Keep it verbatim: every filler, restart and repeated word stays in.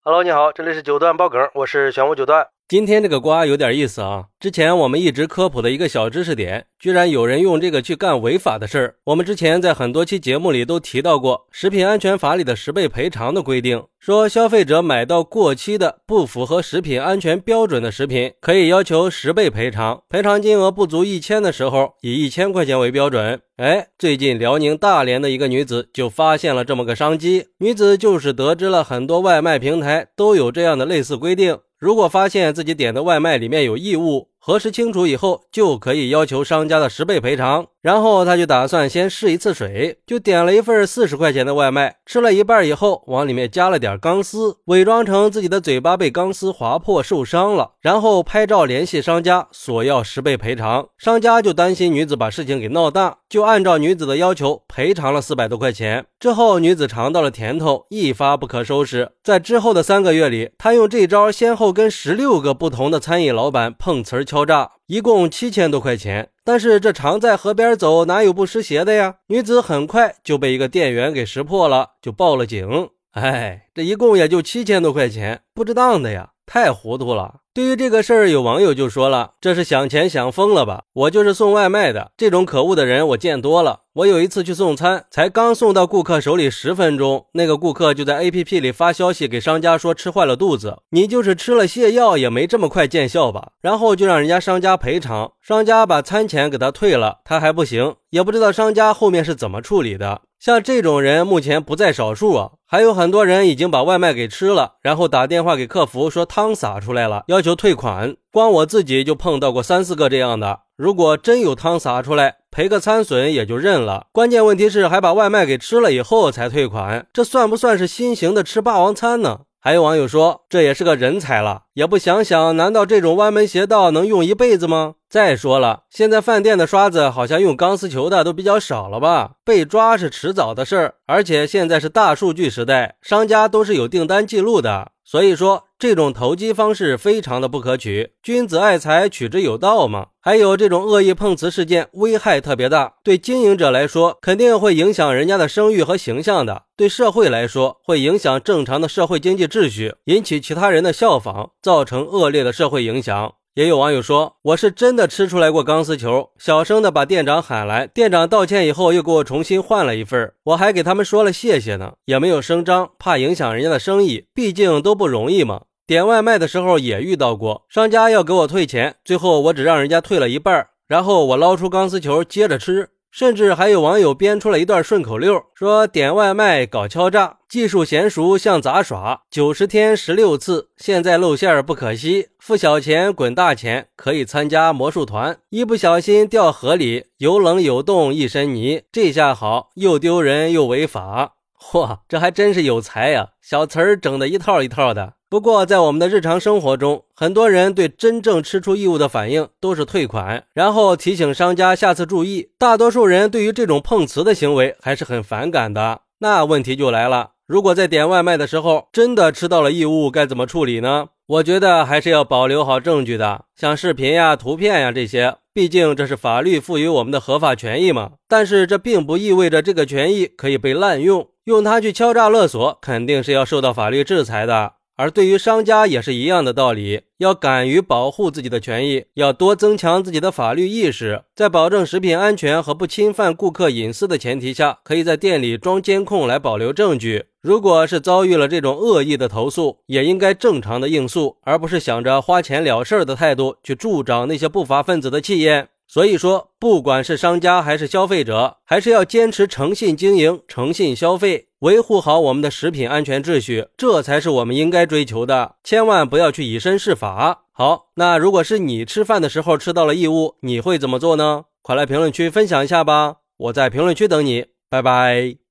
Hello， 你好，这里是九段爆梗，我是玄武九段。 今天这个瓜有点意思啊！之前我们一直科普的一个小知识点，居然有人用这个去干违法的事儿。我们之前在很多期节目里都提到过食品安全法里的十倍赔偿的规定，说消费者买到过期的不符合食品安全标准的食品，可以要求十倍赔偿，赔偿金额不足一千的时候，以一千块钱为标准。哎，最近辽宁大连的一个女子就发现了这么个商机。女子就是得知了很多外卖平台都有这样的类似规定，如果发现自己点的外卖里面有异物，核实清楚以后就可以要求商家的十倍赔偿。然后他就打算先试一次水，就点了一份四十块钱的外卖，吃了一半以后往里面加了点钢丝，伪装成自己的嘴巴被钢丝划破受伤了，然后拍照联系商家索要十倍赔偿。商家就担心女子把事情给闹大，就按照女子的要求赔偿了四百多块钱。之后女子尝到了甜头，一发不可收拾。在之后的三个月里，她用这招先后跟十六个不同的餐饮老板碰瓷儿敲诈，一共七千多块钱。但是这常在河边走，哪有不湿鞋的呀？女子很快就被一个店员给识破了，就报了警。哎，这一共也就七千多块钱，不值当的呀，太糊涂了。对于这个事儿，有网友就说了，这是想钱想疯了吧？我就是送外卖的，这种可恶的人我见多了。我有一次去送餐，才刚送到顾客手里十分钟，那个顾客就在 A P P 里发消息给商家说吃坏了肚子，你就是吃了泻药也没这么快见效吧？然后就让人家商家赔偿，商家把餐钱给他退了，他还不行，也不知道商家后面是怎么处理的。像这种人目前不在少数啊，还有很多人已经把外卖给吃了，然后打电话给客服说汤洒出来了，要求退款。光我自己就碰到过三四个这样的，如果真有汤洒出来，赔个餐损也就认了，关键问题是还把外卖给吃了以后才退款，这算不算是新型的吃霸王餐呢？还有网友说，这也是个人才了，也不想想，难道这种歪门邪道能用一辈子吗？再说了，现在饭店的刷子好像用钢丝球的都比较少了吧，被抓是迟早的事儿，而且现在是大数据时代，商家都是有订单记录的，所以说这种投机方式非常的不可取，君子爱财，取之有道嘛。还有这种恶意碰瓷事件危害特别大，对经营者来说肯定会影响人家的声誉和形象的，对社会来说会影响正常的社会经济秩序，引起其他人的效仿，造成恶劣的社会影响。也有网友说，我是真的吃出来过钢丝球，小声的把店长喊来，店长道歉以后又给我重新换了一份，我还给他们说了谢谢呢，也没有声张，怕影响人家的生意，毕竟都不容易嘛。点外卖的时候也遇到过，商家要给我退钱，最后我只让人家退了一半，然后我捞出钢丝球接着吃。甚至还有网友编出了一段顺口溜，说点外卖搞敲诈，技术娴熟像杂耍，九十天十六次，现在露馅不可惜，付小钱滚大钱，可以参加魔术团，一不小心掉河里，有冷有冻一身泥，这下好，又丢人又违法。嚯，这还真是有才呀，小词儿整得一套一套的。不过在我们的日常生活中，很多人对真正吃出异物的反应都是退款，然后提醒商家下次注意。大多数人对于这种碰瓷的行为还是很反感的。那问题就来了，如果在点外卖的时候真的吃到了异物，该怎么处理呢？我觉得还是要保留好证据的，像视频呀、图片呀这些，毕竟这是法律赋予我们的合法权益嘛。但是这并不意味着这个权益可以被滥用，用它去敲诈勒索，肯定是要受到法律制裁的。而对于商家也是一样的道理，要敢于保护自己的权益，要多增强自己的法律意识，在保证食品安全和不侵犯顾客隐私的前提下，可以在店里装监控来保留证据。如果是遭遇了这种恶意的投诉，也应该正常的应诉，而不是想着花钱了事的态度去助长那些不法分子的气焰。所以说，不管是商家还是消费者，还是要坚持诚信经营、诚信消费，维护好我们的食品安全秩序，这才是我们应该追求的，千万不要去以身试法。好，那如果是你吃饭的时候吃到了异物，你会怎么做呢？快来评论区分享一下吧，我在评论区等你，拜拜。